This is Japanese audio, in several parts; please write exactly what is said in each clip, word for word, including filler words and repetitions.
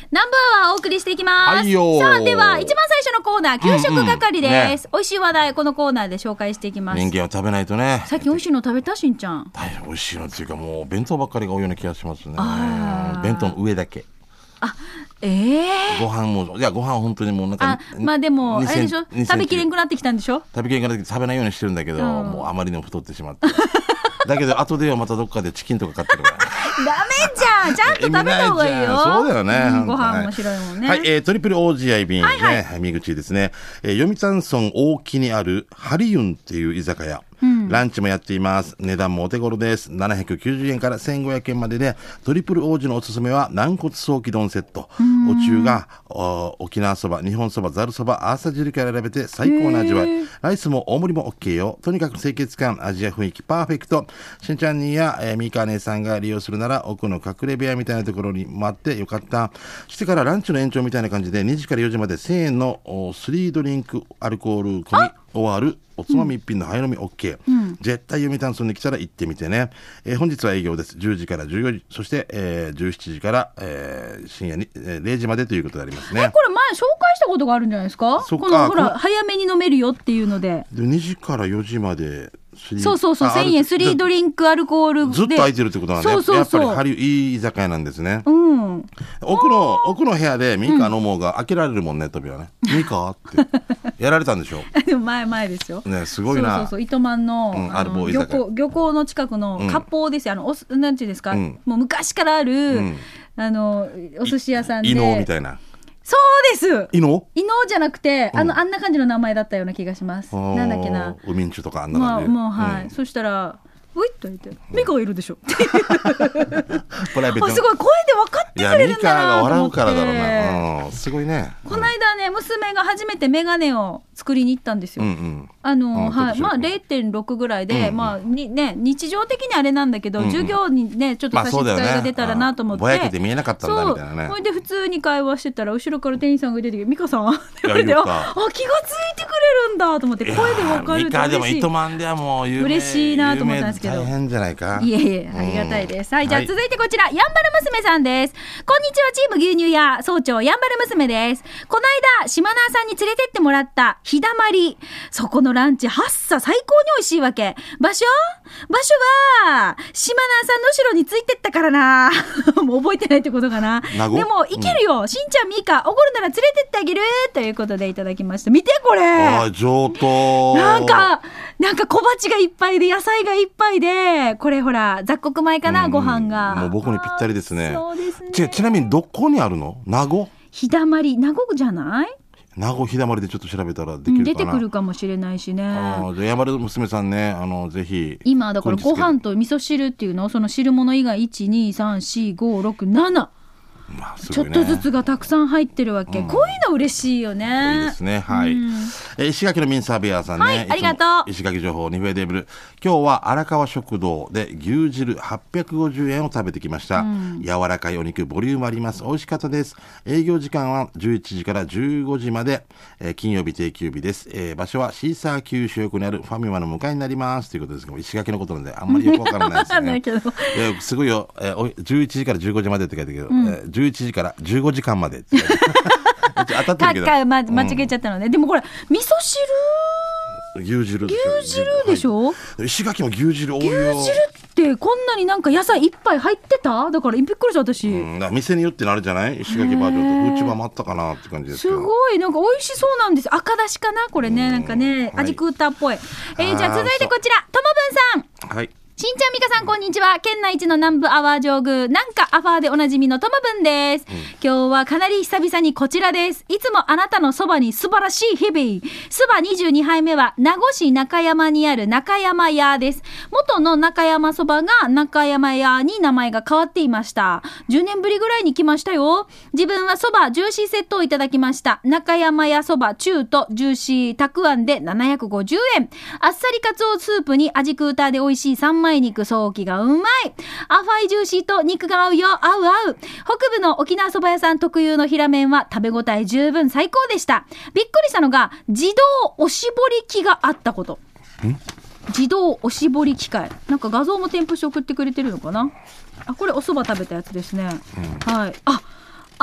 南部アワーお送りしていきます、 はいよ。 さあでは一番最初のコーナー給食係です、 うんうんね、 美味しい話題このコーナーで紹介していきます。 人間は食べないとね。 最近美味しいの食べたしんちゃん。 大変美味しいのっていうかもう弁当ばっかりが多いような気がしますね。 あ弁当の上だけ。 あえー、 ご飯もいやご飯は本当にもうなんかあまあでもあれでしょ、 にせん食べきれんくなってきたんでしょ。 食べきれんくなって食べないようにしてるんだけど、 うん、 もうあまりにも太ってしまってだけど後ではまたどっかでチキンとか買ってるからダメじゃん、ちゃんと食べた方がいいよ。 そうだよね、 うん、ご飯面白いもんね。 はい、えー、トリプルオージーアイ 便、ね、 はいはい、 見口ですね、えー、読谷村大木にあるハリユンっていう居酒屋、うん、ランチもやっています。値段もお手頃です。ななひゃくきゅうじゅうえんからせんごひゃくえんまでで、トリプルオージーのおすすめは軟骨早期丼セット。お中がお沖縄そば、日本そば、ざるそば、朝汁から選べて最高の味わい。ライスも大盛りも OK よ。とにかく清潔感、味や雰囲気パーフェクト。しんちゃんにや、えー、みか姉さんが利用するなら奥の隠れ部屋みたいなところに待ってよかった。してからランチの延長みたいな感じでにじからよじまでせんえんのスリードリンクアルコール込み終わるおつまみ一品の早飲み OK、うん、絶対読谷村に来たら行ってみてね、えー、本日は営業です。じゅうじからじゅうよじ、そして、えー、じゅうしちじから、えー、深夜に、えー、れいじまでということでありますね。 えこれ前紹介したことがあるんじゃないですか。 そっか、 このほら早めに飲めるよっていうのででにじからよじまでそうそうそうせんえんスリードリンクアルコールでずっと空いてるってことなんで、そうそうそう、やっぱりいい居酒屋なんですね、うん、奥の奥の部屋でミカ飲もうが開けられるもんね、トビはねミカってやられたんでしょでも前前ですよ、 ね、すごいな。 そうそうそう糸満の、うん、あの漁港、漁港の近くの割烹ですよ、あのおなんていうんですか、うん、もう昔からある、うん、あのお寿司屋さんで伊能みたいな。 そうです。 伊能伊能じゃなくて、あの、うん、あんな感じの名前だったような気がします。なんだっけな。 ウミンチュとかあんな感じ。 まあ、もうはい、うん。そしたら、ウィッと言って、ミカがいるでしょ。プライベート。あ、すごい声で分かってくれるんだなと思って。いや、ミカが笑うからだろうな。うん、すごいね。この間ね、娘が初めてメガネを作りに行ったんですよ。うんうん、あの、うん、はい、まあ れいてんろく ぐらいで、うんうん、まあにね日常的にあれなんだけど、うんうん、授業にねちょっと差し支えが出たらなと思って、まあね、ぼやけて見えなかったんだみたいなね。それで普通に会話してたら後ろから店員さんが出てきて、ミカさんって言われて、あ、気がついてくれるんだと思って、声で分かると嬉しい。ミカでも糸満ではもう有名、嬉しいなと思ったんですけど。 大変じゃないか。 いえいえ、ありがたいです。はい、じゃあ続いてこちら、はい、やんばる娘さんです。こんにちは、チーム牛乳屋総長やんばる娘です。この間島奈さんに連れてってもらった日だまり、そこのランチはっさ最高に美味しいわけ。場所場所は島奈さんの後ろについてったからなもう覚えてないってことかな。でもいけるよ、うん、しんちゃんみーかおごるなら連れてってあげるということでいただきました。見てこれ、 あ、上等。 なんかなんか小鉢がいっぱいで野菜がいっぱいで、これほら雑穀米かな、うん、ご飯がもう僕にぴったりですね。 そうですね。 ち, ちなみにどこにあるの？名護？ 日だまり、名護じゃない？ 名護日だまりでちょっと調べたらできるかな、 出てくるかもしれないしね。 あ、じゃあ山田娘さんね、あのぜひ今だからご飯と味噌汁っていうのをその汁物以外 いちにさんしごろくなな、まあね、ちょっとずつがたくさん入ってるわけ、うん、こういうの嬉しいよね。 いいですね、はい、うん、え石垣のミンサーベアさんね、 はい、ありがとう。 石垣情報にフェデブル、今日は荒川食堂で牛汁はっぴゃくごじゅうえんを食べてきました、うん、柔らかいお肉、ボリュームあります。美味しかったです。営業時間はじゅういちじからじゅうごじまで、えー、金曜日定休日です、えー、場所はシーサー九州横にあるファミマの向かいになりますということですけど、石垣のことなんであんまりよくわからないですねえー、すごいよ、えー、じゅういちじからじゅうごじまでって書いてるけど、うん、えー、じゅういちじからじゅうごじかんまでって当たってるけどか、 ま、間違えちゃったのね、うん、でもこれ味噌汁牛汁牛汁でしょ、はい、 石垣も牛汁多いよ。 牛汁ってこんなになんか野菜いっぱい入ってた？だからびっくりした私、 うん、だ店によってのあれじゃない、石垣バージョンとフーチバーもあったかなって感じですけど、 すごいなんか美味しそうなんです。赤だしかなこれね、なんかね、味クーターっぽい、はい、えー、じゃあ続いてこちらともぶんさん、はい、しんちゃんみかさんこんにちは。県内一の南部アワー上宮なんかアファーでおなじみのともぶんです、うん、今日はかなり久々にこちらです。いつもあなたのそばに素晴らしい日々。そばにじゅうにはいめは名護市中山にある中山屋です。元の中山そばが中山屋に名前が変わっていました。じゅうねんぶりぐらいに来ましたよ。自分はそばジューシーセットをいただきました。中山屋そば中とジューシーたくあんでななひゃくごじゅうえん。あっさりかつおスープに味クーターで美味しい三枚肉、早期がうまい。アファイジューシーと肉が合うよ、合う合う。北部の沖縄そば屋さん特有の平麺は食べ応え十分最高でした。びっくりしたのが自動おしぼり機があったこと。ん自動おしぼり機械、なんか画像も添付して送ってくれてるのかな。あ、これお蕎麦食べたやつですね、うん、はい。ああー、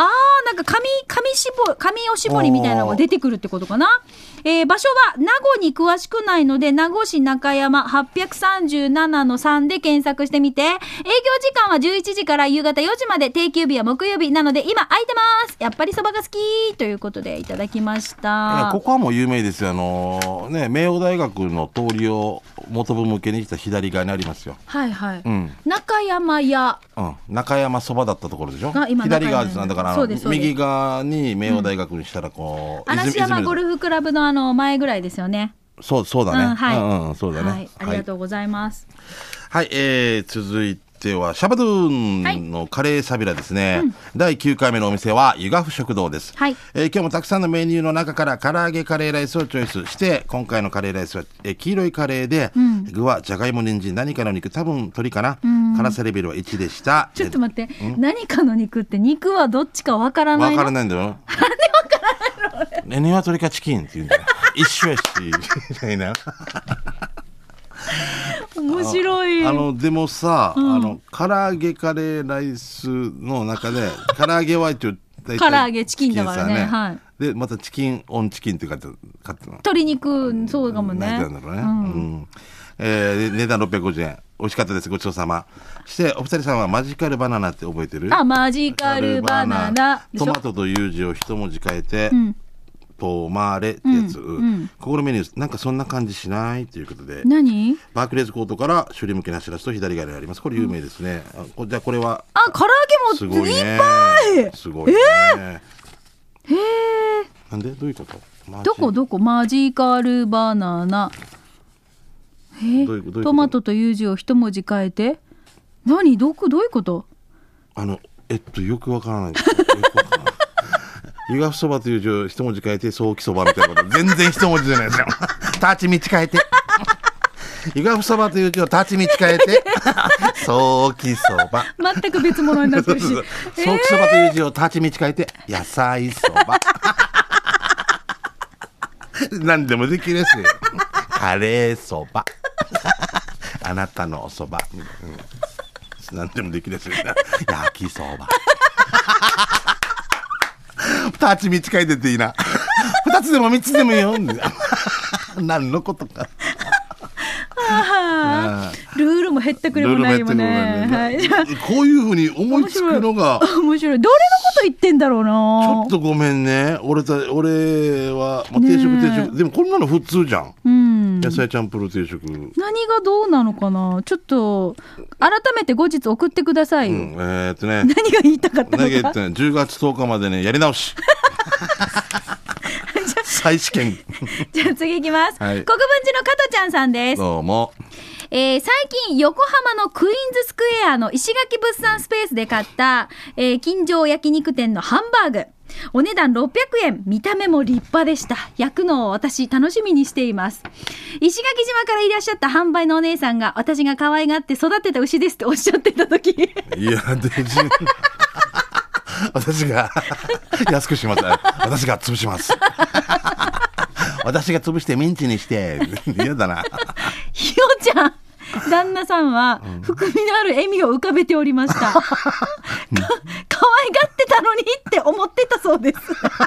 なんか紙紙絞紙おしぼりみたいなのが出てくるってことかな。えー、場所は名護に詳しくないので名護市中山はっぴゃくさんじゅうななのさんで検索してみて、営業時間はじゅういちじから夕方よじまで、定休日は木曜日なので今空いてます。やっぱりそばが好きということでいただきました。 ここはもう有名ですよ。あのー、ね、明王大学の通りを元部向けに来た左側にありますよ。 はいはい、 うん、 中山屋、 うん、中山そばだったところでしょ。 今左側です。だからあの右側に明王大学にしたらこう、うん、嵐山ゴルフクラブのあの前ぐらいですよね。 そうそうだね、 うん、はい、 うんうん、そうだね、 はい、ありがとうございます。 はい、はい、えー、続いてはシャバドゥーンのカレーサビラですね、はい、うん、だいきゅうかいめのお店は湯河食堂です、はい、えー、今日もたくさんのメニューの中から唐揚げカレーライスをチョイスして、今回のカレーライスは、えー、黄色いカレーで、うん、具はじゃがいも人参何かの肉、多分鶏かな、うん、辛さレベルはいちでした。 ちょっと待って、何かの肉って肉はどっちかわからないの。 わからないんだよ。なんでわからないの。ね、鶏かチキンって言うんだよ。一緒やしみたいな。 面白い。 あのでもさ、うん、あの唐揚げカレーライスの中で唐揚げは一応大体唐揚げチキンだからね、ね、はい、 でまたチキンオンチキンって書いてある。 鶏肉、そうかもね。 なんだろうね、うんうん、えー、値段ろっぴゃくごじゅうえん、美味しかったです。ごちそうさましてお二人さんはマジカルバナナって覚えてる？ あ、マジカルバナナ、 トマトとユージを一文字変えて、うん、ポマレってやつ、うんうん、ここのメニューなんかそんな感じしないということで、 何バークレーズコートから首里向けなしらすと左側にあります。これ有名ですね、うん、じゃあこれはあ、唐揚げもすごいね、いっぱいすごいね、 えー、へえ、 なんでどういうこと？ どこどこマジカルバナナ、えー、どういうどういうこと？トマトとユージを一文字変えて、何どこどういうこと？ あのえっとよくわからないですよ湯河そばという字を一文字変えて早期そばみたいなこと、全然一文字じゃないですよタッチ道変えて湯河そばという字をタッチ道変えて早期そば、 全く別物になってるし早期そばという字をタッチ道変えて野菜そば何でもできるしカレーそばあなたのおそば、うん、何でもできるし焼きそばタッチ道変えてっていいな二つでも三つでもいいよ何のことかあルールも減ったくれもないよね、はい、 こういうふうに思いつくのが面白い。どれのこと言ってんだろうな。 ちょっとごめんね、俺た俺は、まあ、定食定食でもこんなの普通じゃん、うん、野菜チャンプル定食、 何がどうなのかな。ちょっと改めて後日送ってくださいよ、うん、 えー、っとね、 何が言いたかったのか。何が言ったの？じゅうがつとおかまでねやり直し再試験じゃあ次いきます、はい、国分寺の加トちゃんさんです。 どうも。 えー、最近横浜のクイーンズスクエアの石垣物産スペースで買った、えー、金城焼肉店のハンバーグ、お値段ろっぴゃくえん、見た目も立派でした。焼くのを私楽しみにしています。石垣島からいらっしゃった販売のお姉さんが、私が可愛がって育てた牛ですっておっしゃってた時いやで私が安くします、私が潰します私が潰してミンチにして嫌だなひよちゃん、旦那さんは含みのある笑みを浮かべておりました、うん、か可愛がってたのにって思ってたそうです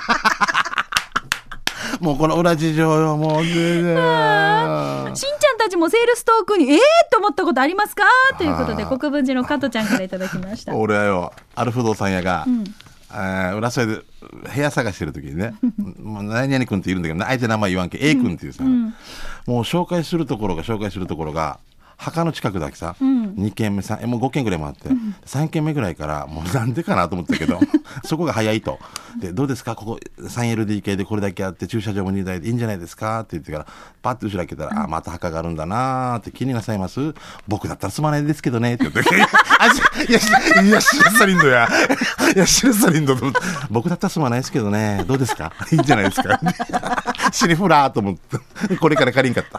もうこの裏事情よ、もうねしんちゃんたちもセールストークにえーと思ったことありますかということで国分寺の加トちゃんからいただきました。 俺はよ、ある不動産屋が、うん、あ浦添で部屋探してる時にねもう何々君っているんだけど相手名前言わんけ A 君っていうさ、うん、もう紹介するところが紹介するところが墓の近くだけさ、うん、にけんめさんもうごけんぐらい回って、うん、さんけんめぐらいからもうなんでかなと思ったけどそこが早いと。でどうですかここ スリーエルディーケー でこれだけあって駐車場もにだいでいいんじゃないですかって言ってからパッと後ろ開けたら、うん、あまた墓があるんだなって気になさいます？僕だったらすまないですけどねって言っていやいやシルサリンドやいやシルサリンドと僕だったらすまないですけどねどうですかいいんじゃないですかシリフラーと思ってこれから借りんかった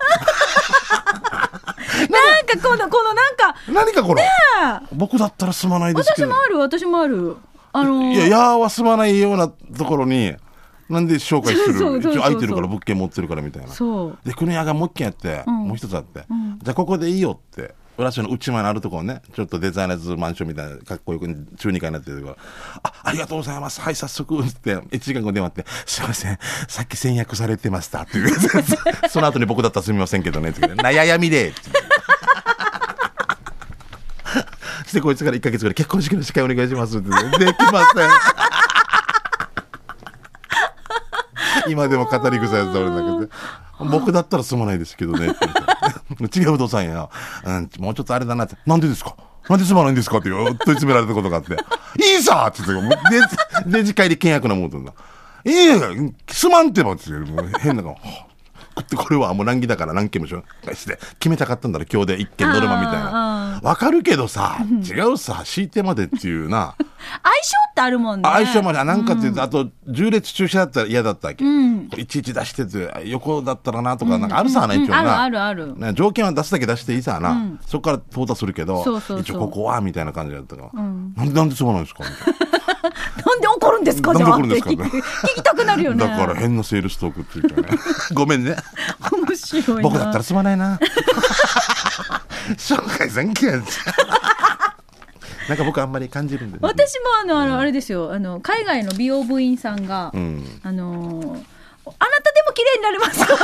なんかこのこのなんか何かこの、ね、僕だったらすまないですけど、 私もある私もある、あのー、 いややーはすまないようなところになんで紹介するそうそうそうそう、一応空いてるから物件持ってるからみたいな。そうで国屋がもう一軒やって、うん、もう一つあって、うん、じゃあここでいいよって浦添の内間のあるところね、ちょっとデザイナーズマンションみたいなかっこよく中にかいになってるところ、あ、ありがとうございます、はい早速っていちじかんご電話って、すいませんさっき先約されてましたっていうその後に僕だったらすみませんけどねって悩みでしてこいつからいっかげつぐらい結婚式の司会お願いしますって、ね、できません今でも語り草やつ俺だけど、僕だったらすまないですけどねって違う不動産や、うん、もうちょっとあれだなって、なんでですかなんですまないんですかって問い詰められたことがあって、いいさって言ってレジ会で倹約なもんだ、いいやすまんってばって言って、変な顔これはもう難儀だから何件もしょして決めたかったんだろ今日で一件ノルマみたいな、わかるけどさ違うさ敷いてまでっていうな相性ってあるもんね。 相性までなんかっていうと、うん、あと縦列駐車だったら嫌だったわけ、うん、いちいち出してて横だったらなとかなんかあるさな、うん、一応な、うん、 あるあるある、 ね、条件は出すだけ出していいさな、うん、そこから淘汰するけど、そうそうそう一応ここはみたいな感じだったから、うん、なんでなんでそうなんですかみたいななんで怒るんですかじゃあって聞きたくなるよね。 だから変なセールストークっていうかねごめんね面白いな。 僕だったらすまないな紹介さんきやんなんか僕あんまり感じるんで、ね、 私もあの、あのあれですよ、あの海外の美容部員さんが、うん、あのー、あなたでも綺麗になれますか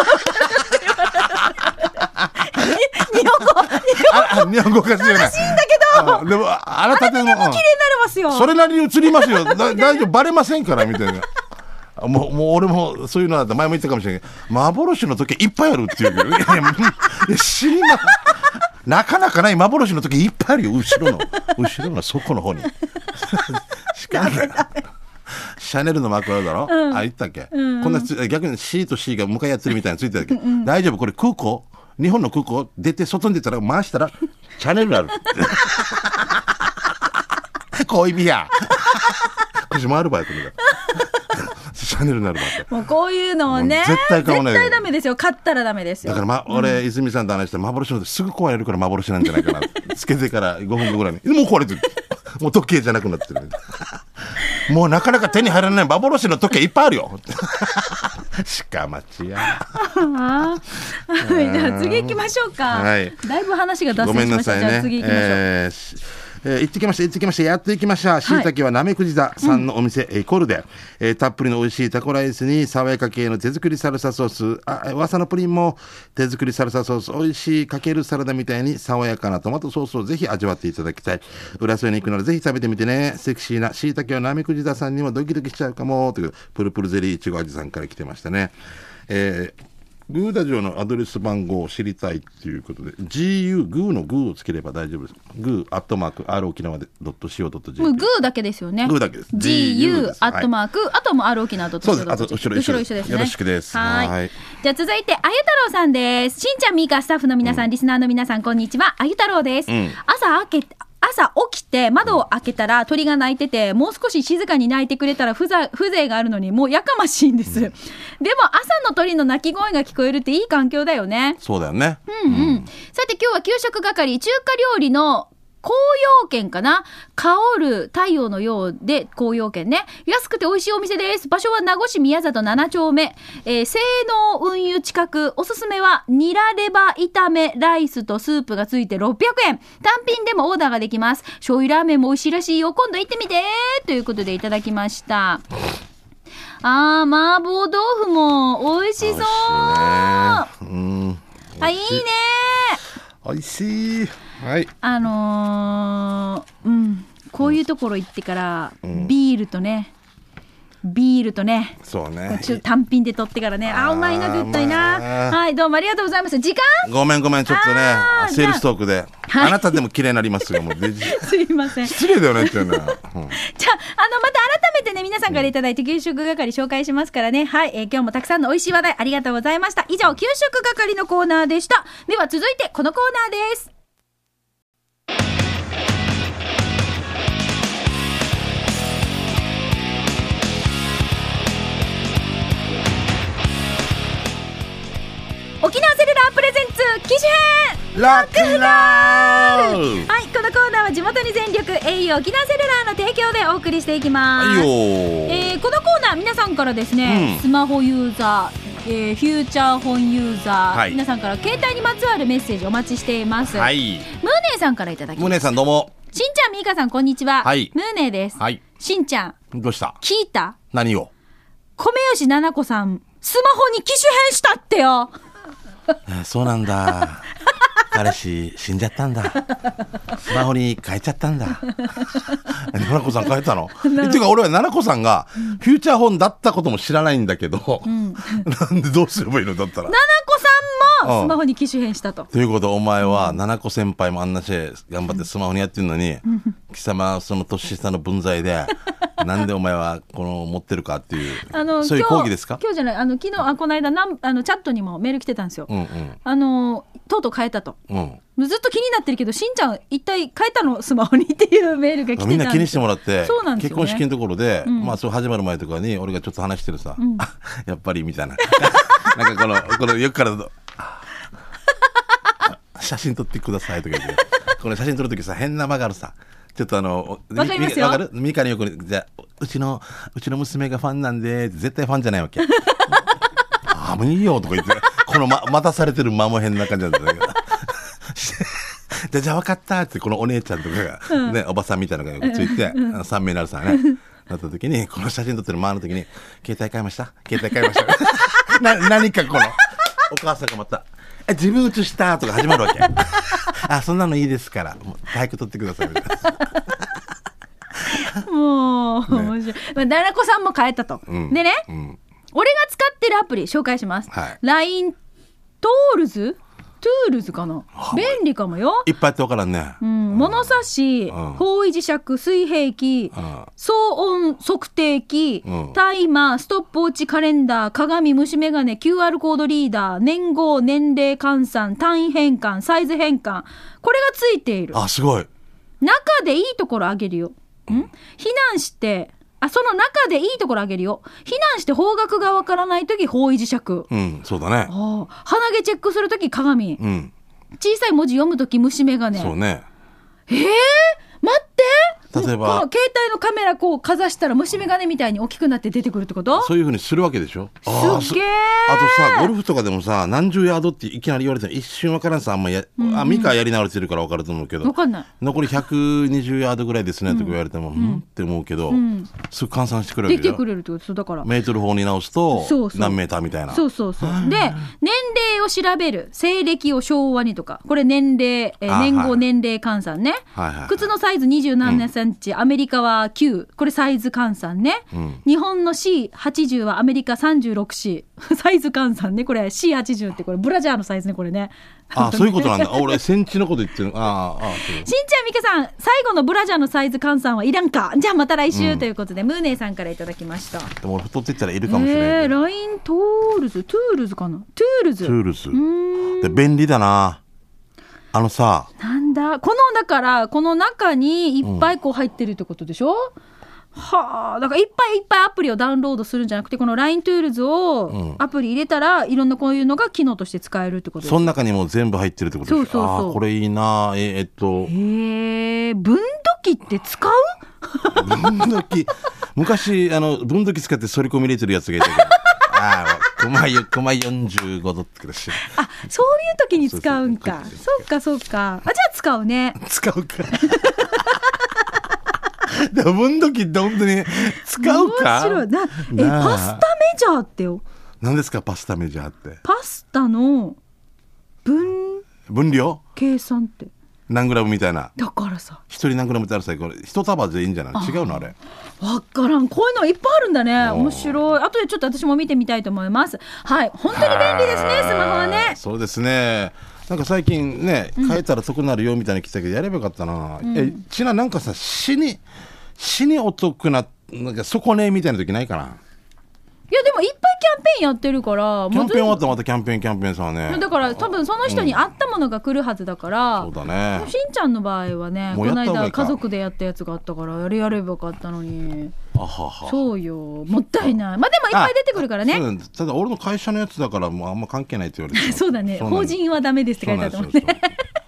日本語日本語が強いな正しいんだけど、 でもあなたでも綺麗になれますよ、 それなりに映りますよだ大丈夫バレませんからみたいなもう、もう俺もそういうのだった前も言ったかもしれないけど幻の時計いっぱいあるっていうけどいやいや知りまなかなかない幻の時いっぱいあるよ後ろの後ろの底の方にしかもシャネルのマークあるだろ、うん、あ言ったっけ、うん、こんな逆に C と C が向かい合ってるみたいについてるけど、うんうん、大丈夫これ空港日本の空港出て外に出たら回したらシャネルある恋人やこし回る場合これだシャネルになるわけ。 もうこういうのをね絶対買わない絶対ダメですよ。買ったらダメですよ。 だから、ま、俺、うん、泉さんと話して幻のすぐ壊れるから幻なんじゃないかなつけてからごふんごぐらいにもう壊れてるもう時計じゃなくなってるもうなかなか手に入らない幻の時計いっぱいあるよしかまちやはい、じゃあ次行きましょうか、はい、だいぶ話が脱線しました。ごめんなさいね。じゃあ次行きましょう、えーえー、行ってきました行ってきましたやっていきました。しいたけはなめくじ座さんのお店、うん、エコールで、えー、たっぷりの美味しいタコライスに爽やか系の手作りサルサソース、あ噂のプリンも手作りサルサソース、美味しいかけるサラダみたいに爽やかなトマトソースをぜひ味わっていただきたい。浦添に行くならぜひ食べてみてね。セクシーなしいたけはなめくじ座さんにもドキドキしちゃうかもというプルプルゼリーいちご味さんから来てましたね。えーグーダジオのアドレス番号を知りたいということで ジーユー グーのグーをつければ大丈夫です。グーアットマーク アール 沖縄で .co.jp グーだけですよね。 グーだけです。 ジーユー アットマーク、はい、あとも アール 沖縄 .co.jp そうです。あと後ろ一緒です。よろしくです。 はいはい。じゃあ続いてあゆ太郎さんです。しんちゃんみーかスタッフの皆さん、うん、リスナーの皆さんこんにちは。あゆ太郎です、うん、朝開け朝起きて窓を開けたら鳥が鳴いてて、もう少し静かに鳴いてくれたら風情があるのにもうやかましいんです、うん、でも朝の鳥の鳴き声が聞こえるっていい環境だよね。 そうだよね。 うんうん、うん、さて今日は給食係中華料理の紅葉軒かな、香る太陽のようで紅葉軒ね、安くて美味しいお店です。場所は名護市宮里なな丁目、えー、西濃運輸近く。おすすめはニラレバ炒めライスとスープがついてろっぴゃくえん、単品でもオーダーができます。醤油ラーメンも美味しいらしいよ、今度行ってみてということでいただきました。あー、麻婆豆腐も美味しそう。美味しいね。うん、あ、いいね。 美味しい。はい、 あのー、うんこういうところ行ってから、うん、ビールとねビールとねそうねちょっと単品で取ってからね、あーうまいな絶対な、まあ、はいどうもありがとうございます。時間ごめんごめんちょっとねセールストークで、はい、あなたでも綺麗になりますよもうすいません失礼だよねっていうのは、うん、じゃあ、あのまた改めてね皆さんからいただいて給食係紹介しますからね、はい、えー、今日もたくさんの美味しい話題ありがとうございました。以上給食係のコーナーでした。では続いてこのコーナーです。沖縄セルラープレゼンツ機種編ロックンロール。 はい、このコーナーは地元に全力 エーユー 沖縄セルラーの提供でお送りしていきます。 はいよ、 えー、このコーナー皆さんからですね、うん、スマホユーザーえー、フューチャー本ユーザー、 はい、 皆さんから携帯にまつわるメッセージお待ちしています。 はい、 ムーネーさんからいただきました。 ムーネーさんどうも。 しんちゃんみーかさんこんにちは。 はい、 ムーネーです。 はい、 しんちゃんどうした？ 聞いた？ 何を？ 米吉なな子さんスマホに機種変したってよ。 えー、そうなんだ。彼氏死んじゃったんだ。スマホに変えちゃったんだ。ななこさん変えたの？っていうか俺はななこさんがフューチャー本だったことも知らないんだけど、うん、なんでどうすればいいのだったら。 ななこさんもスマホに機種変したと。 うん、ということお前はななこ先輩もあんなし頑張ってスマホにやってるのに、うん、貴様その年下の分際でなんでお前はこの持ってるかっていうあのそういう講義ですか？ 今日じゃない、あの昨日あこの間なんあのチャットにもメール来てたんですよ。うんうん、あのとうとう変えたと。うん、ずっと気になってるけどしんちゃん一体変えたのスマホにっていうメールが来てたんです。 みんな気にしてもらって、 そうなんですよね、 結婚式のところで、うん、まあそう始まる前とかに俺がちょっと話してるさ、うん、やっぱりみたいななんかこのこのよくからの写真撮ってくださいとか言ってこの写真撮るときさ変な間があるさ。ちょっとあのわかりますよ。わかる？ ミカによくじゃうちのうちの娘がファンなんで絶対ファンじゃないわけ。ああもういいよとか言ってこの、ま、待たされてる間も変な感じなんだけどじゃじゃあ分かったってこのお姉ちゃんとかが、ね、うん、おばさんみたいなのがついて、うん、さん名になるさねなった時にこの写真撮ってる間の時に携帯買いました携帯買いましたな何かこのお母さんがまたえ自分写したとか始まるわけあそんなのいいですからもう早く撮ってくださいみたいなもう、ね、面白い、まあ、ななこさんも変えたと、うん、でね、うん、俺が使ってるアプリ紹介します、はい、ライン トールズトゥールズかな、便利かもよ。 いっぱいあって分からんね、 うん、物差し、うん、方位磁石、水平器、うん、騒音測定器、うん、タイマー、ストップウォッチ、カレンダー、鏡、虫眼鏡、キューアール コードリーダー、年号、年齢換算、単位変換、サイズ変換、これがついている。 あ、すごい。 中でいいところあげるよ。ん？避難してあその中でいいところあげるよ。避難して方角がわからないとき方位磁石、 うん、そうだね。 あ鼻毛チェックするとき鏡、うん、小さい文字読むとき虫眼鏡。 そうね。 えー、待って例えばこの携帯のカメラこうかざしたら虫眼鏡みたいに大きくなって出てくるってこと？ そういう風にするわけでしょ。 すっげー。 あとさゴルフとかでもさ何十ヤードっていきなり言われて一瞬わからんさあんまや、うんうん、あミカやり直してるからわかると思うけどわかんない残りひゃくにじゅうヤードぐらいですねとか言われても、うん、うんって思うけど、うん、すぐ換算してくれるよ。 出てくれるってことだからメートル法に直すとそうそう何メーターみたいな。 そうそうそうで年齢を調べる西暦を昭和にとかこれ年齢、えー、年号、はい、年齢換算ね、はいはいはい、靴のサイズにじゅうななセンチ、うん、アメリカはきゅうこれサイズ換算ね、うん、日本の シーはちじゅう はアメリカ さんじゅうろくシー サイズ換算ねこれ シーはちじゅう ってこれブラジャーのサイズねこれね。 あそういうことなんだ俺センチのこと言ってる。ああしんちゃんみかさん最後のブラジャーのサイズ換算はいらんか。じゃあまた来週、うん、ということでムーネーさんからいただきました。 でも俺太っていったらいるかもしれない、 えー、ライン トールズトゥールズかなトゥールズトゥールズうーんで便利だな。あのさなんだこのだからこの中にいっぱいこう入ってるってことでしょ、うんはあ、だからいっぱいいっぱいアプリをダウンロードするんじゃなくてこの ライン トゥールズをアプリ入れたらいろんなこういうのが機能として使えるってことです。 その中にも全部入ってるってことです。そうそうそう。あこれいいな。えー、えっとへえ分度器って使う分度器昔あの分度器使って反り込み入れてるやつがいたけどあコマよんじゅうごどってくだしあそういう時に使うんか。そうかそうか。あじゃあ使うね。 使うかでも分度器って本当に使うか。面白いな。 えパスタメジャーってよ。 何ですかパスタメジャーって。 パスタの分分量計算って何グラムみたいな。 だからさ一人何グラムってあるさこれ一束でいいんじゃない。違うのあれ分からん。こういうのいっぱいあるんだね。面白い。あとでちょっと私も見てみたいと思います。はい本当に便利ですねスマホはね。 そうですね。なんか最近ね変えたら得なるよみたいに来たけど、うん、やればよかったな、うん、えちななんかさ死に死にお得ななんかそこねみたいな時ないかな。 いやでもいっぱいキャンペーンやってるからキャンペーン終わったらまたキャンペーンキャンペーンさね。 だから多分その人に合ったものが来るはずだから、 うん、そうだね。 しんちゃんの場合はねこの間家族でやったやつがあったからやれやればよかったのに。あははそうよもったいない。まあでもいっぱい出てくるからね。 ただ俺の会社のやつだからもうあんま関係ないって言われてそうだね法人はダメですって書いてあったもんね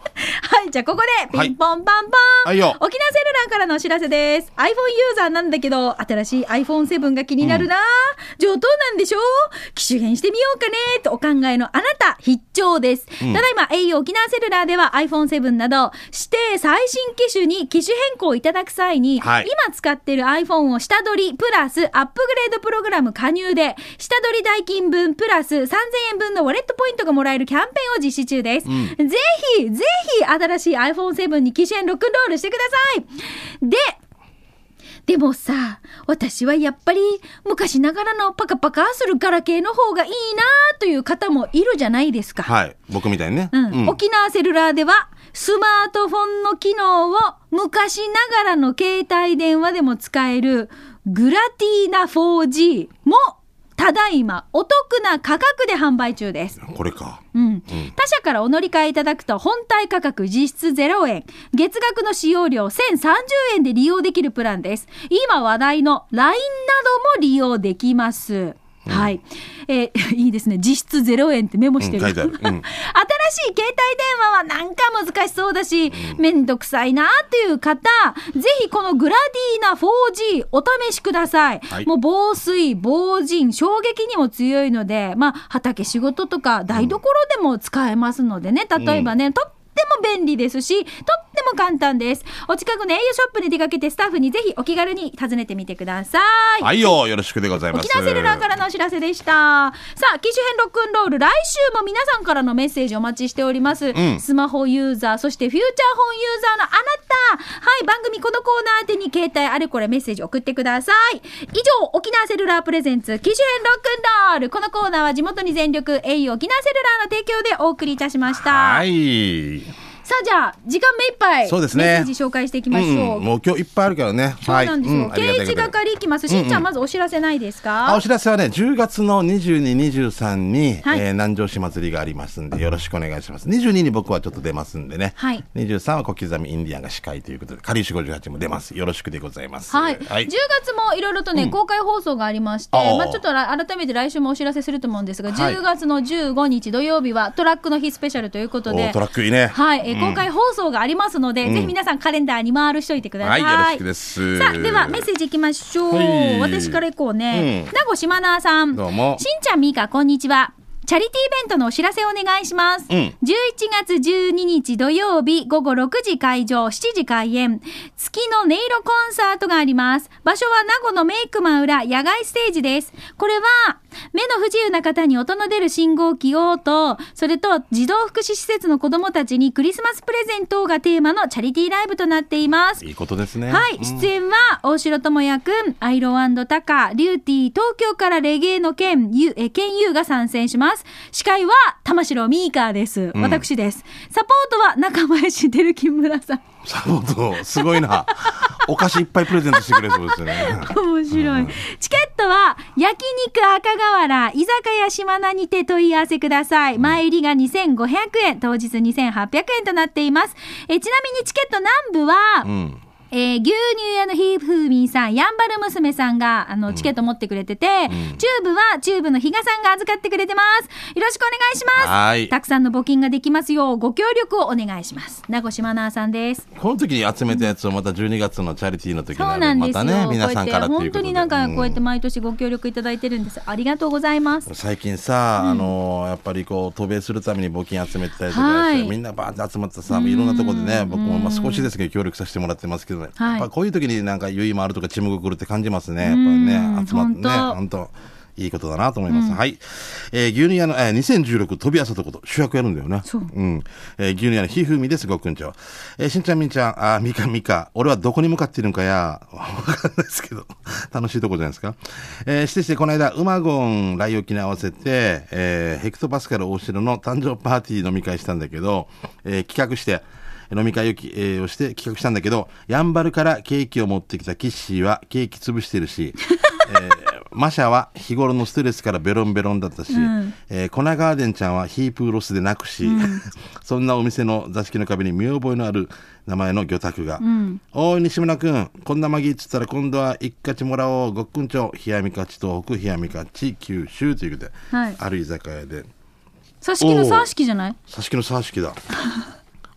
はい、じゃあここでピンポンパンポン、はい、沖縄セルラーからのお知らせです。 iPhone ユーザーなんだけど新しい アイフォンセブン が気になるな、うん、上等なんでしょう、機種変してみようかねとお考えのあなた必聴です、うん、ただいま au 沖縄セルラーでは アイフォンセブン など指定最新機種に機種変更いただく際に、はい、今使っている iPhone を下取りプラスアップグレードプログラム加入で下取り代金分プラスさんぜんえん分のウォレットポイントがもらえるキャンペーンを実施中です、うん、ぜひぜひ新しい アイフォンセブン に機種変ロックンロールしてください。ででもさ、私はやっぱり昔ながらのパカパカするガラケーの方がいいなという方もいるじゃないですか。 はい、僕みたいにね、 うんうん、沖縄セルラーではスマートフォンの機能を昔ながらの携帯電話でも使えるグラティーナ フォージー もただいまお得な価格で販売中です。 これか、 うんうん、他社からお乗り換えいただくと本体価格実質ゼロえん、月額の使用料せんさんじゅうえんで利用できるプランです。今話題の ライン なども利用できます。うん、はい、えー、いいですね。実質ゼロえんってメモしてる、うん、書いてある、うん、新しい携帯電話はなんか難しそうだし、うん、めんどくさいなっていう方、ぜひこのグラディーナ フォージー お試しください、はい、もう防水防塵衝撃にも強いので、まあ、畑仕事とか台所でも使えますのでね、例えばね、うん、ととっても便利ですし、とっても簡単です。お近くの au ショップに出かけてスタッフにぜひお気軽に訪ねてみてください。 はいよ、よろしくでございます。 沖縄セルラーからのお知らせでした。さあ、機種変ロックンロール、来週も皆さんからのメッセージお待ちしております、うん、スマホユーザー、そしてフューチャーフォンユーザーのあなた、はい、番組このコーナー宛てに携帯あれこれメッセージ送ってください。以上、沖縄セルラープレゼンツ機種変ロックンロール、このコーナーは地元に全力 au 沖縄セルラーの提供でお送りいたしました。 はい、 さあ、じゃあ時間目いっぱいそうですね、 メッセージ紹介していきましょう、 うん、もう今日いっぱいあるからね。 そうなんですよ、はい、刑事係いきます。しんちゃん、まずお知らせないですか？ うんうん、お知らせはね、じゅうがつのにじゅうに、にじゅうさんに、はい、えー、南城市祭りがありますんでよろしくお願いします。にじゅうにに僕はちょっと出ますんでね、はい、にじゅうさんは小刻みインディアンが司会ということで、かりゆしごじゅうはちも出ます。よろしくでございます。 はい、はい、じゅうがつもいろいろとね、うん、公開放送がありまして、まあ、ちょっと改めて来週もお知らせすると思うんですが、じゅうがつのじゅうごにち土曜日はトラックの日スペシャルということで、 トラックいいね、 はい、えー、公開放送がありますので、うん、ぜひ皆さんカレンダーに回るしといてください。 はい、よろしくです。 さあ、ではメッセージいきましょう、はい、私からいこうね、うん、名護島奈さん、 どうも。 しんちゃん、みーか、こんにちは。チャリティーイベントのお知らせをお願いします、うん、じゅういちがつじゅうににち土曜日ごごろくじ開場、しちじ開演、月の音色コンサートがあります。場所は名護のメイクマン裏野外ステージです。これは目の不自由な方に音の出る信号機をと、それと児童福祉施設の子どもたちにクリスマスプレゼントがテーマのチャリティーライブとなっています。 いいことですね。 はい、うん、出演は大城智也くん、アイロン&タカ、リューティー、東京からレゲエのケンユえケンユーが参戦します。司会は玉城ミーカーです、うん、私です。サポートは中林照木村さん。 サポートすごいなお菓子いっぱいプレゼントしてくれそうですよね面白い、うん、チケットは焼肉赤瓦居酒屋島名にて問い合わせください、うん、前入りがにせんごひゃくえん、当日にせんはっぴゃくえんとなっています。えちなみにチケット南部は、うん、えー、牛乳屋のひーふーみんさん、やんばる娘さんがあのチケット持ってくれてて、うん、チューブはチューブの比嘉さんが預かってくれてます。よろしくお願いします。はい、たくさんの募金ができますようご協力をお願いします。名護島奈さんです。 この時に集めたやつをまたじゅうにがつのチャリティーの時に、ね、またね皆さんからっていうことで、 本当になんかこうやって毎年ご協力いただいてるんです、うん、ありがとうございます。 最近さ、うん、あのやっぱりこう渡米するために募金集めてたりとかして、はい、みんなバーって集まってさ、いろんなところでね、僕もまあ少しですけど協力させてもらってますけどね、はい、やっぱこういう時になんか結もあるとかちむぐくるって感じますね。やっぱりね、集まってね、本当いいことだなと思います。うん、はい、えー、牛乳屋の、えー、にせんじゅうろく飛び朝とこと主役やるんだよね。そう、うん、えー、牛乳屋のひふみです。ごくんちょ、えー、しんちゃんみんちゃん、あみかみか、俺はどこに向かっているのかやわかんないですけど楽しいとこじゃないですか。えー、してしてこの間馬ゴン来沖に合わせて、えー、ヘクトパスカル大城の誕生パーティー飲み会したんだけど、えー、企画して飲み会を、えー、をして企画したんだけど、やんばるからケーキを持ってきたキッシーはケーキ潰してるし、えー、マシャは日頃のストレスからベロンベロンだったし、うん、えー、粉ガーデンちゃんはヒープーロスで泣くし、うん、そんなお店の座敷の壁に見覚えのある名前の魚拓が、うん、おい西村くん、こんなマギーっつったら今度は一勝ちもらおう、ごっくんちょ、冷やみ勝ち東北、冷やみ勝ち九州ということで、はい、ある居酒屋で、 挿し木の挿し木じゃない？ 挿し木の挿し木だ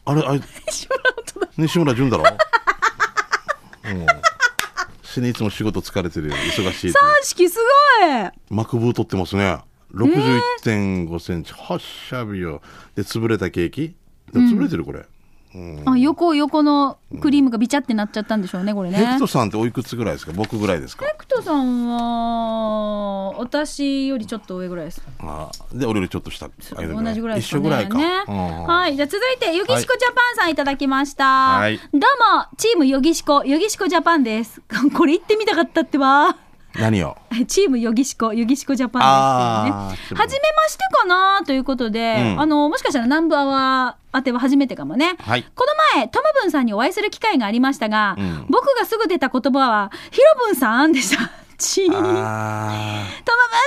あれあれ西村淳だろうん死にいつも仕事疲れてるよ忙しい。 さん式すごい。 マクブー取ってますね。ろくじゅういってんごセンチ、はっしゃびよ。で潰れたケーキで潰れてるこれ、うんうん、 あ横横のクリームがビチャってなっちゃったんでしょうねこれね。 ヘクトさんっておいくつぐらいですか？僕ぐらいですか？ ヘクトさんは私よりちょっと上ぐらいです。 あで俺よりちょっと下同じぐらいですかね。 一緒ぐらいか、 ね、はい。じゃあ続いてヨギシコジャパンさんいただきました、はい、どうもチームヨギシコヨギシコジャパンです。これ言ってみたかったってば。 何をチームヨギシコヨギシコジャパンですけどね。初めましてかなということで、うん、あのもしかしたら南部アワー当ては初めてかもね、はい、この前トムブンさんにお会いする機会がありましたが、うん、僕がすぐ出た言葉はヒロブンさんでした。チートムブンさん本当にごめんなさ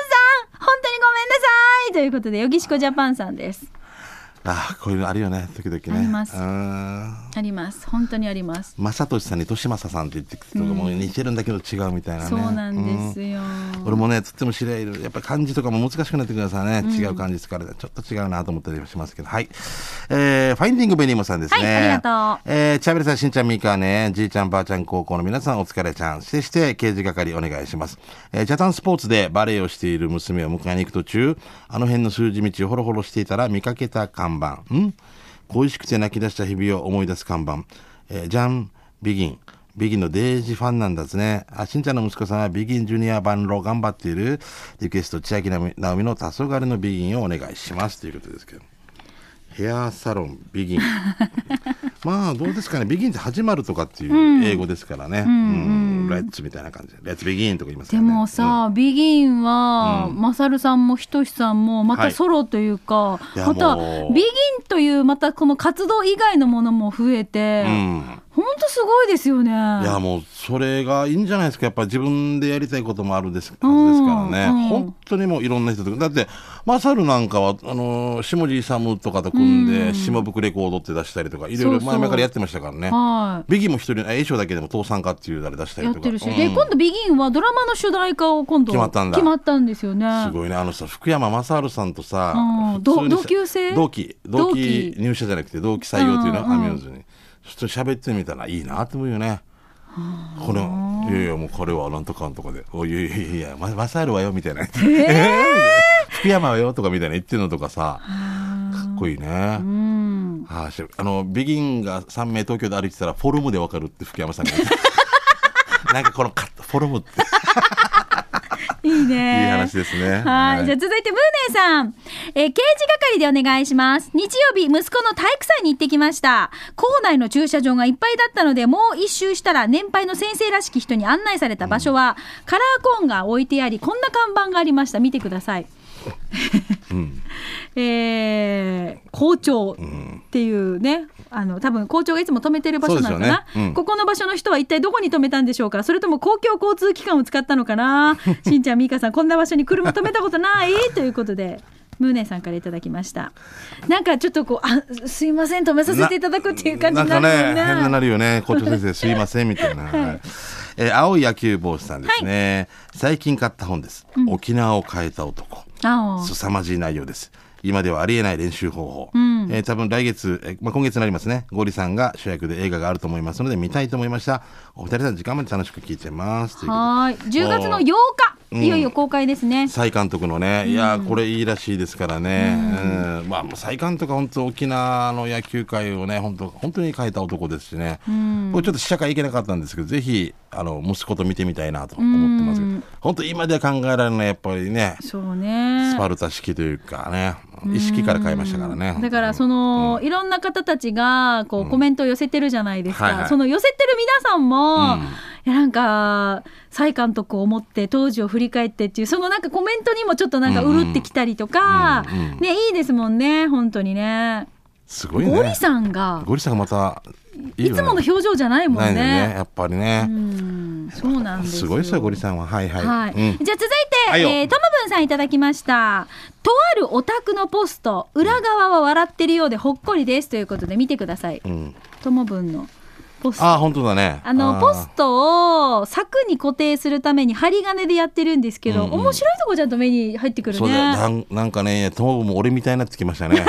いということでヨギシコジャパンさんです。 あこういうのあるよね時々ね。 ありますあります本当にあります。 正俊さんに年正さんって言ってくるともう似てるんだけど違うみたいなね。 そうなんですよ、うん、 俺もねとっても知り合いやっぱり漢字とかも難しくなってくださいね、うん、違う漢字使われてちょっと違うなと思ったりしますけどはい、えー、ファインディングベニーモさんですね。 はいありがとう、 えー、チャベルさんしんちゃんみーかーねじいちゃんばあちゃん高校の皆さんお疲れちゃんしてして刑事係お願いします、えー、ジャタンスポーツでバレエをしている娘を迎えに行く途中あの辺の数字道をホロホロしていたら見かけた看板ん恋しくて泣き出した日々を思い出す看板、えー、ジャン・ビギンビギンのデイジファンなんですね。あしんちゃんの息子さんはビギンジュニアバンド頑張っているリクエスト千秋直美の黄昏のビギンをお願いしますということですけどヘアサロンビギンまあどうですかねビギンって始まるとかっていう英語ですからね、うんうんうん、レッツみたいな感じでレッツビギンとか言いますからね。 でもさ、うん、ビギンは、うん、マサルさんもひとしさんもまたソロというか、はい、またビギンというまたこの活動以外のものも増えて、うん本当すごいですよね。いやもうそれがいいんじゃないですか。やっぱり自分でやりたいこともあるですはずですからね、うんうん、本当にもういろんな人とだってマサルなんかはあの下地勇とかと組んで下ぶくレコードって出したりとかいろいろ前々からやってましたからね。はい、ビギンも一人 A 賞だけでも倒産かっていうあれ出したりとかやってるし、うん、 で今度ビギンはドラマの主題歌を今度決まったんだ決まったんですよね。 すごいねあのさ福山雅治さんとさ、 うん、同級生同期同期入社じゃなくて同期採用というのはアミューズにちょっと喋ってみたらいいなって思うよね。このいやいやもう彼はなんとかんとかでおいやいやいやマサールはよみたいな、えー、福山はよとかみたいな言ってるのとかさかっこいいね。うんああのビギンがさん名東京で歩いてたらフォルムでわかるって福山さんが言ってなんかこのカットフォルムっていいね。 いい話ですね。 はい、はい。じゃあ続いてムーネーさん、えー、刑事係でお願いします。日曜日息子の体育祭に行ってきました。校内の駐車場がいっぱいだったのでもう一周したら年配の先生らしき人に案内された場所は、うん、カラーコーンが置いてありこんな看板がありました。見てください。うんえー、校長っていうね、あの多分校長がいつも止めてる場所なのかな、ねうん、ここの場所の人は一体どこに止めたんでしょうか。それとも公共交通機関を使ったのかなしんちゃんみーかさんこんな場所に車止めたことないということでムーネさんからいただきました。なんかちょっとこうあすいません止めさせていただくっていう感じになるよね。なんかね変ななるよね校長先生すいませんみたいな、はいえー、青い野球帽子さんですね、はい、最近買った本です、うん、沖縄を変えた男凄まじい内容です。今ではありえない練習方法、うんえー、多分来月、えーまあ、今月になりますね。ゴリさんが主役で映画があると思いますので見たいと思いました。お二人さん時間まで楽しく聞いてますというはいじゅうがつのようかいよいよ公開ですね。 蔡監督のね、いやこれいいらしいですからね。うんうんまあ蔡監督は本当沖縄の野球界をね本当本当に変えた男ですしね。うんこれちょっと試写会行けなかったんですけど、ぜひあの息子と見てみたいなと思ってますけど、本当今では考えられないやっぱりね。 そうね。 スパルタ式というかね、意識から変えましたからね。 だからその、うん、いろんな方たちがこうコメントを寄せてるじゃないですか。うんはいはい、その寄せてる皆さんも。うんいやなんか蔡監督を思って当時を振り返ってっていうそのなんかコメントにもちょっとなんかうるってきたりとか、うんうんね、いいですもんね本当にね。 すごいね。 ゴリさんがゴリさんがまたいいよね、 いつもの表情じゃないもん ね, ねやっぱりね。 うんそうなんですよ。 すごいですよゴリさんは。はいはい、 はいうん、じゃあ続いて、はいえー、トムブンさんいただきました。とあるお宅のポスト裏側は笑ってるようでほっこりですということで見てください、うん、トムブンのポスト。 あ本当だね。 あのポストを柵に固定するために針金でやってるんですけど、うんうん、面白いとこちゃんと目に入ってくるね。 そうだ な, なんかねトモブも俺みたいになってきましたね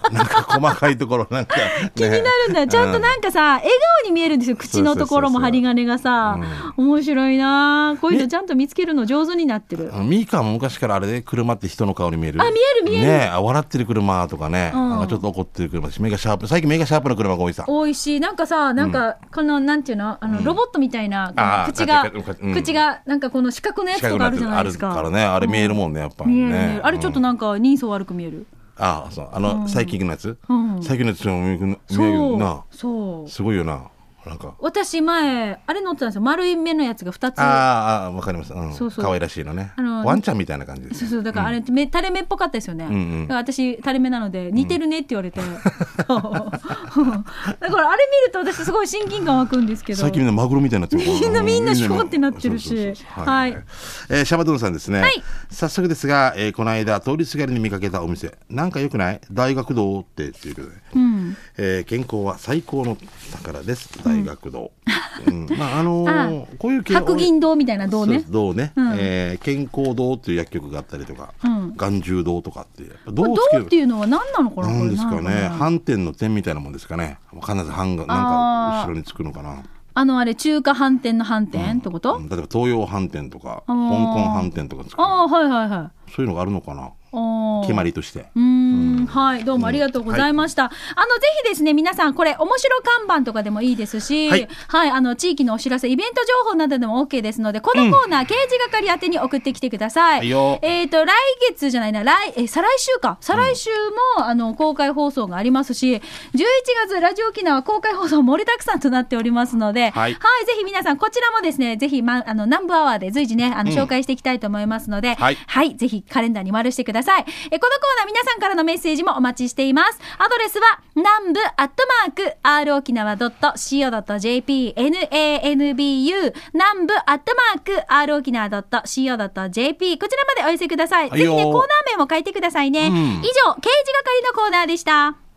なんか細かいところなんか、ね、 気になるんだよ。ちゃんとなんかさ、うん、笑顔に見えるんですよ。口のところも針金がさ、うん、面白いな。こういうのちゃんと見つけるの上手になってる。 ミーカーも昔からあれで車って人の顔に見える。 あ、見える見える。 ね、笑ってる車とかね、うん、なんかちょっと怒ってる車、目がシャープ、最近目がシャープな車が多いさ。 多いし、なんかさ、なんかこの、うん、なんていうの、あのロボットみたいな、うん、口が、うん、口がなんかこの四角のやつとかあるじゃないですか。 あるからね、あれ見えるもんね、やっぱりね。見える見える。あれちょっとなんか人相悪く見える。 ああ、そう、あの、うん、最近のやつ、うん、最近のやつも見えるな。そうすごいよな。なんか私前あれ乗ってたんですよ。丸い目のやつがふたつ。 ああ、わかります、うん、そうそう、可愛らしいのね、あのワンちゃんみたいな感じです、ね、 そうそう、だからあれ、うん、垂れ目っぽかったですよね、うんうん、だから私垂れ目なので似てるねって言われて、うん、だからあれ見ると私すごい親近感湧くんですけど、 最近みんなマグロみたいになってるみんなみんなシュコってなってるし、はい、 えー、シャバドゥンさんですね、はい、早速ですが、えー、この間通りすがりに見かけたお店、なんかよくない大学堂ってっていうことで、うん、えー、健康は最高の宝です、大学堂、うん、まああのー、こういう白銀堂みたいな堂ね、 堂ね、うん、えー、健康堂っていう薬局があったりとか、うん、眼中堂とかっていう堂っていうのは何なのかな、 なんですかね、斑点の点みたいなもんですかね、必ず版がなんか後ろにつくのかな、 あのあれ中華飯店の飯店ってこと、 うん、例えば東洋飯店とか香港飯店とかつく、 ああ、はいはいはい、 そういうのがあるのかな、決まりとして。 うーん、うん、はい、どうもありがとうございました、うん、はい、あのぜひですね皆さんこれ面白看板とかでもいいですし、はい、はい、あの地域のお知らせイベント情報などでも OK ですので、このコーナー、うん、刑事係宛てに送ってきてください、はい、えーと来月じゃないな来え再来週か再来週も、うん、あの公開放送がありますし、じゅういちがつラジオ沖縄公開放送盛りだくさんとなっておりますので、はい、はい、ぜひ皆さんこちらもですねぜひ、ま、あの南部アワーで随時ねあの、うん、紹介していきたいと思いますので、はい、はい、ぜひカレンダーに丸してください。えこのコーナー皆さんからのメッセージもお待ちしています。アドレスは南部アットマーク アール 沖縄 ドット シーオー ドット ジェーピー ナンブ 南部アットマーク アール 沖縄 ドット シーオー ドット ジェーピー こちらまでお寄せください。ぜひねコーナー名も書いてくださいね、うん、以上刑事係のコーナーでした。